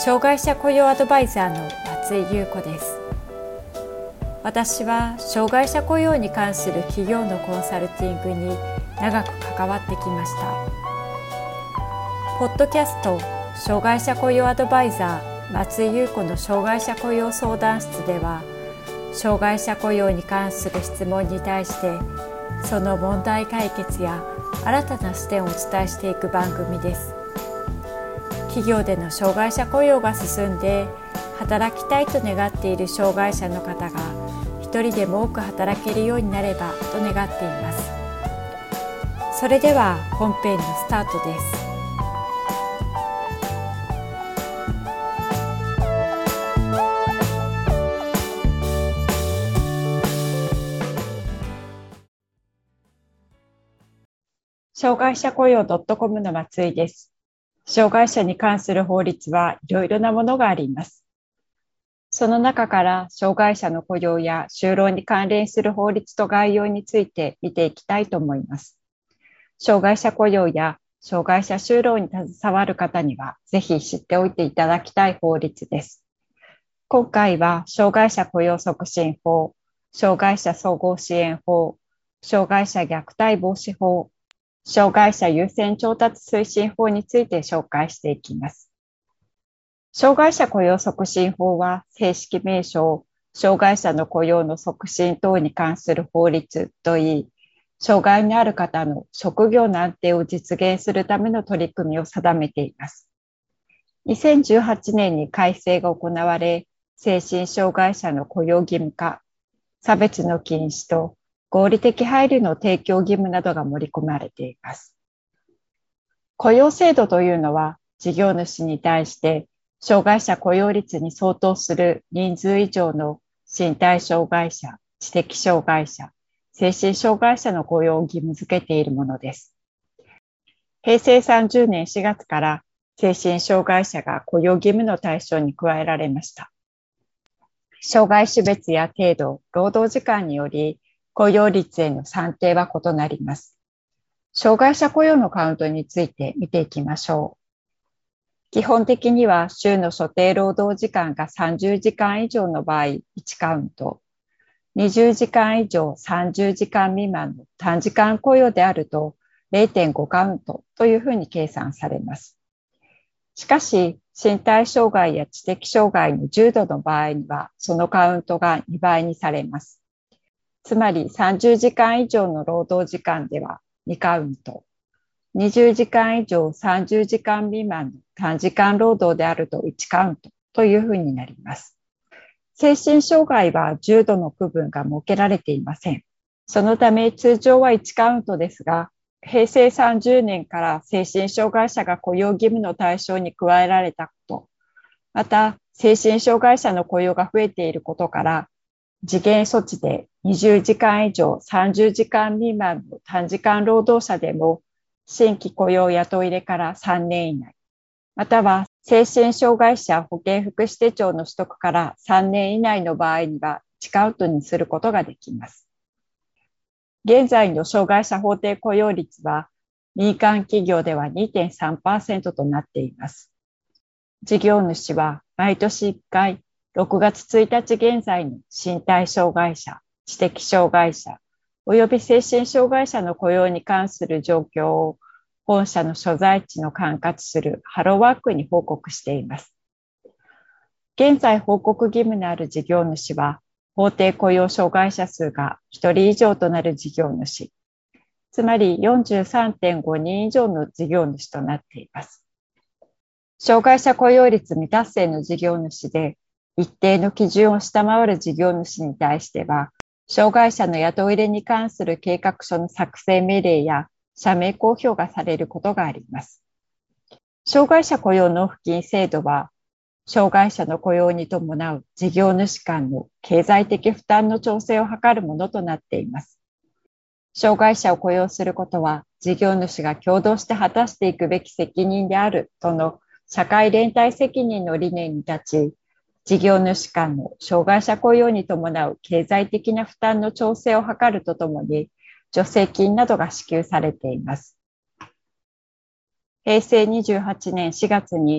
障害者雇用アドバイザーの松井優子です。私は障害者雇用に関する企業のコンサルティングに長く関わってきました。ポッドキャスト障害者雇用アドバイザー松井優子の障害者雇用相談室では、障害者雇用に関する質問に対してその問題解決や新たな視点をお伝えしていく番組です。企業での障害者雇用が進んで働きたいと願っている障害者の方が一人でも多く働けるようになればと願っています。それでは本編のスタートです。障害者雇用 .com の松井です。障害者に関する法律はいろいろなものがあります。その中から障害者の雇用や就労に関連する法律と概要について見ていきたいと思います。障害者雇用や障害者就労に携わる方にはぜひ知っておいていただきたい法律です。今回は障害者雇用促進法、障害者総合支援法、障害者虐待防止法、障害者優先調達推進法について紹介していきます。障害者雇用促進法は正式名称、障害者の雇用の促進等に関する法律といい、障害のある方の職業の安定を実現するための取り組みを定めています。2018年に改正が行われ、精神障害者の雇用義務化、差別の禁止と合理的配慮の提供義務などが盛り込まれています。雇用制度というのは、事業主に対して障害者雇用率に相当する人数以上の身体障害者、知的障害者、精神障害者の雇用を義務付けているものです。平成30年4月から精神障害者が雇用義務の対象に加えられました。障害種別や程度、労働時間により雇用率への算定は異なります。障害者雇用のカウントについて見ていきましょう。基本的には週の所定労働時間が30時間以上の場合1カウント、20時間以上30時間未満の短時間雇用であると 0.5 カウントというふうに計算されます。しかし、身体障害や知的障害の重度の場合にはそのカウントが2倍にされます。つまり30時間以上の労働時間では2カウント、20時間以上30時間未満の短時間労働であると1カウントというふうになります。精神障害は重度の区分が設けられていません。そのため通常は1カウントですが、平成30年から精神障害者が雇用義務の対象に加えられたこと、また精神障害者の雇用が増えていることから、時限措置で20時間以上30時間未満の短時間労働者でも新規雇用雇い入れから3年以内、または精神障害者保健福祉手帳の取得から3年以内の場合には1カウントにすることができます。現在の障害者法定雇用率は民間企業では 2.3% となっています。事業主は毎年1回6月1日現在の身体障害者、知的障害者、および精神障害者の雇用に関する状況を本社の所在地の管轄するハローワークに報告しています。現在報告義務のある事業主は、法定雇用障害者数が1人以上となる事業主、つまり 43.5 人以上の事業主となっています。障害者雇用率未達成の事業主で、一定の基準を下回る事業主に対しては、障害者の雇い入れに関する計画書の作成命令や社名公表がされることがあります。障害者雇用納付金制度は、障害者の雇用に伴う事業主間の経済的負担の調整を図るものとなっています。障害者を雇用することは、事業主が共同して果たしていくべき責任であるとの社会連帯責任の理念に立ち、事業主間の障害者雇用に伴う経済的な負担の調整を図るとともに、助成金などが支給されています。平成28年4月に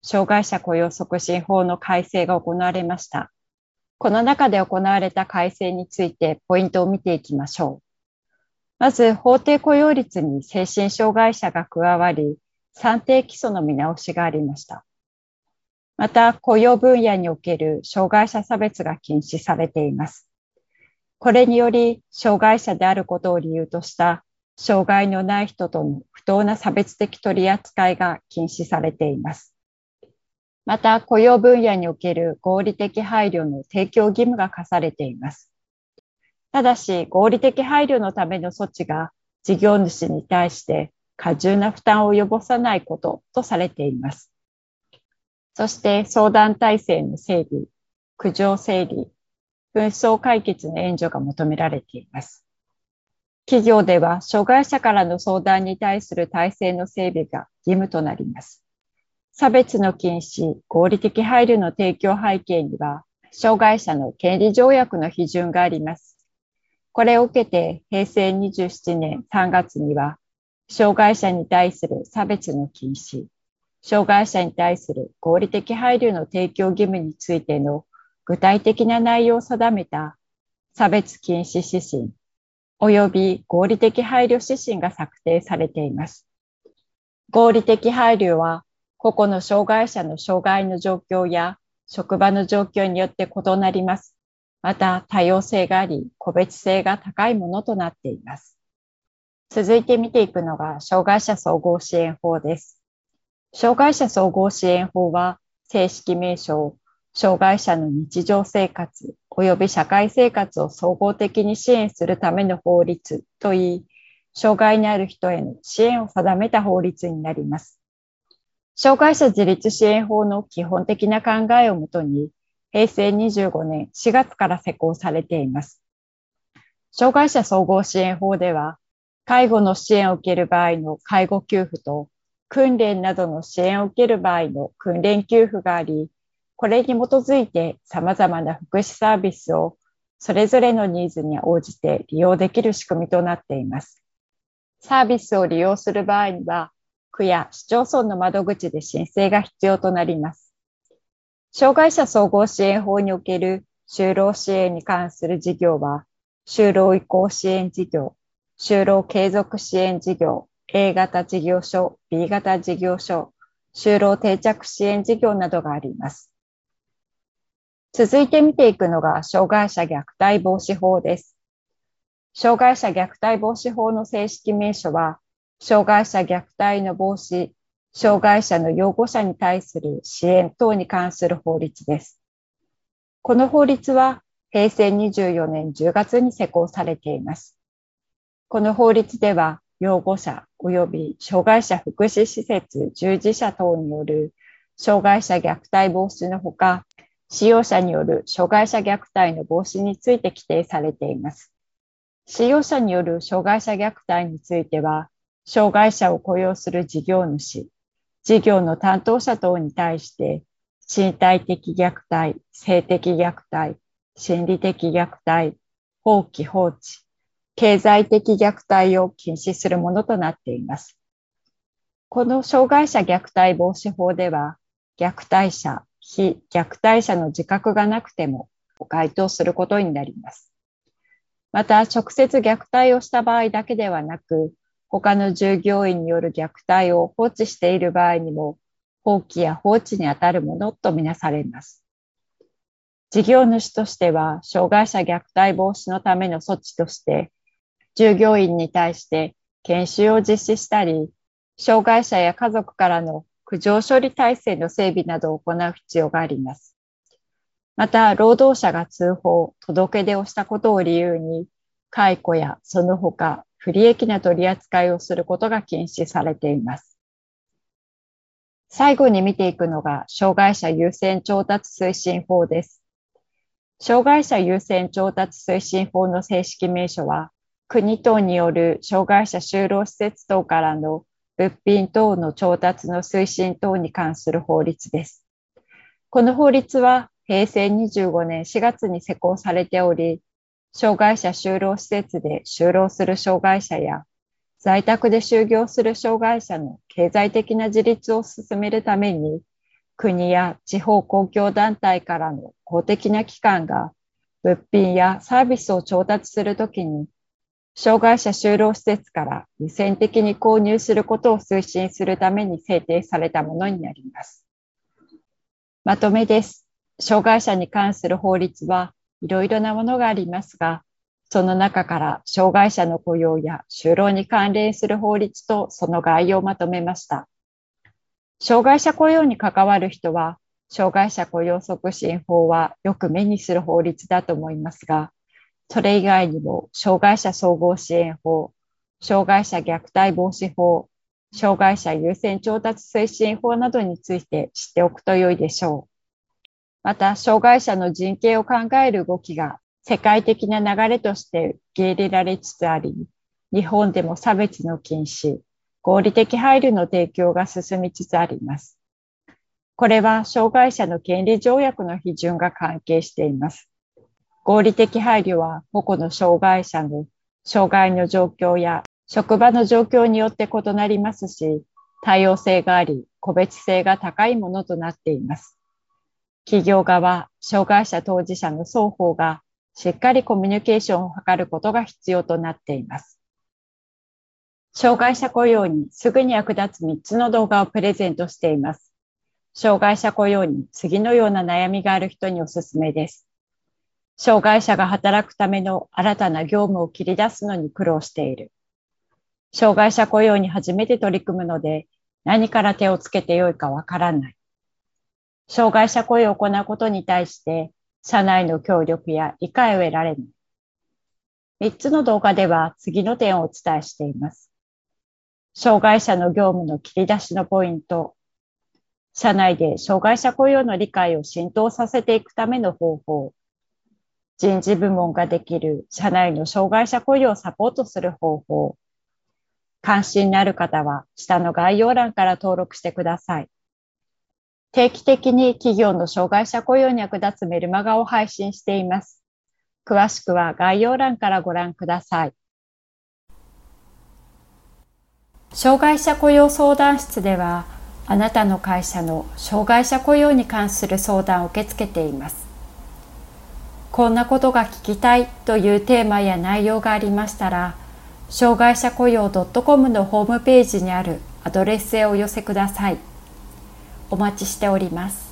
障害者雇用促進法の改正が行われました。この中で行われた改正についてポイントを見ていきましょう。まず、法定雇用率に精神障害者が加わり、算定基礎の見直しがありました。また、雇用分野における障害者差別が禁止されています。これにより、障害者であることを理由とした障害のない人との不当な差別的取り扱いが禁止されています。また、雇用分野における合理的配慮の提供義務が課されています。ただし、合理的配慮のための措置が事業主に対して過重な負担を及ぼさないこととされています。そして、相談体制の整備、苦情整理、紛争解決の援助が求められています。企業では、障害者からの相談に対する体制の整備が義務となります。差別の禁止、合理的配慮の提供背景には、障害者の権利条約の批准があります。これを受けて、平成27年3月には、障害者に対する差別の禁止、障害者に対する合理的配慮の提供義務についての具体的な内容を定めた差別禁止指針、及び合理的配慮指針が策定されています。合理的配慮は、個々の障害者の障害の状況や職場の状況によって異なります。また多様性があり、個別性が高いものとなっています。続いて見ていくのが障害者総合支援法です。障害者総合支援法は正式名称、障害者の日常生活及び社会生活を総合的に支援するための法律といい、障害のある人への支援を定めた法律になります。障害者自立支援法の基本的な考えをもとに、平成25年4月から施行されています。障害者総合支援法では、介護の支援を受ける場合の介護給付と、訓練などの支援を受ける場合の訓練給付があり、これに基づいて様々な福祉サービスをそれぞれのニーズに応じて利用できる仕組みとなっています。サービスを利用する場合には、区や市町村の窓口で申請が必要となります。障害者総合支援法における就労支援に関する事業は、就労移行支援事業、就労継続支援事業、A 型事業所、B 型事業所、就労定着支援事業などがあります。続いて見ていくのが障害者虐待防止法です。障害者虐待防止法の正式名称は、障害者虐待の防止、障害者の養護者に対する支援等に関する法律です。この法律は平成24年10月に施行されています。この法律では、養護者及び障害者福祉施設従事者等による障害者虐待防止のほか、使用者による障害者虐待の防止について規定されています。使用者による障害者虐待については、障害者を雇用する事業主、事業の担当者等に対して、身体的虐待、性的虐待、心理的虐待、放棄放置、経済的虐待を禁止するものとなっています。この障害者虐待防止法では、虐待者、非虐待者の自覚がなくても該当することになります。また、直接虐待をした場合だけではなく、他の従業員による虐待を放置している場合にも、放棄や放置にあたるものとみなされます。事業主としては、障害者虐待防止のための措置として、従業員に対して研修を実施したり、障害者や家族からの苦情処理体制の整備などを行う必要があります。また、労働者が通報、届け出をしたことを理由に、解雇やその他、不利益な取り扱いをすることが禁止されています。最後に見ていくのが、障害者優先調達推進法です。障害者優先調達推進法の正式名称は、国等による障害者就労施設等からの物品等の調達の推進等に関する法律です。この法律は平成25年4月に施行されており、障害者就労施設で就労する障害者や、在宅で就業する障害者の経済的な自立を進めるために、 国や地方公共団体からの公的な機関が物品やサービスを調達するときに、障害者就労施設から優先的に購入することを推進するために制定されたものになります。まとめです。障害者に関する法律はいろいろなものがありますが、その中から障害者の雇用や就労に関連する法律とその概要をまとめました。障害者雇用に関わる人は、障害者雇用促進法はよく目にする法律だと思いますが、それ以外にも障害者総合支援法、障害者虐待防止法、障害者優先調達推進法などについて知っておくと良いでしょう。また、障害者の人権を考える動きが世界的な流れとして受け入れられつつあり、日本でも差別の禁止、合理的配慮の提供が進みつつあります。これは障害者の権利条約の批准が関係しています。合理的配慮は個々の障害者の障害の状況や職場の状況によって異なりますし、多様性があり、個別性が高いものとなっています。企業側、障害者当事者の双方がしっかりコミュニケーションを図ることが必要となっています。障害者雇用にすぐに役立つ3つの動画をプレゼントしています。障害者雇用に次のような悩みがある人におすすめです。障害者が働くための新たな業務を切り出すのに苦労している。障害者雇用に初めて取り組むので何から手をつけてよいかわからない。障害者雇用を行うことに対して社内の協力や理解を得られない。3つの動画では次の点をお伝えしています。障害者の業務の切り出しのポイント。社内で障害者雇用の理解を浸透させていくための方法。人事部門ができる社内の障害者雇用をサポートする方法。関心のある方は下の概要欄から登録してください。定期的に企業の障害者雇用に役立つメルマガを配信しています。詳しくは概要欄からご覧ください。障害者雇用相談室では、あなたの会社の障害者雇用に関する相談を受け付けています。こんなことが聞きたいというテーマや内容がありましたら、障害者雇用 .com のホームページにあるアドレスへお寄せください。お待ちしております。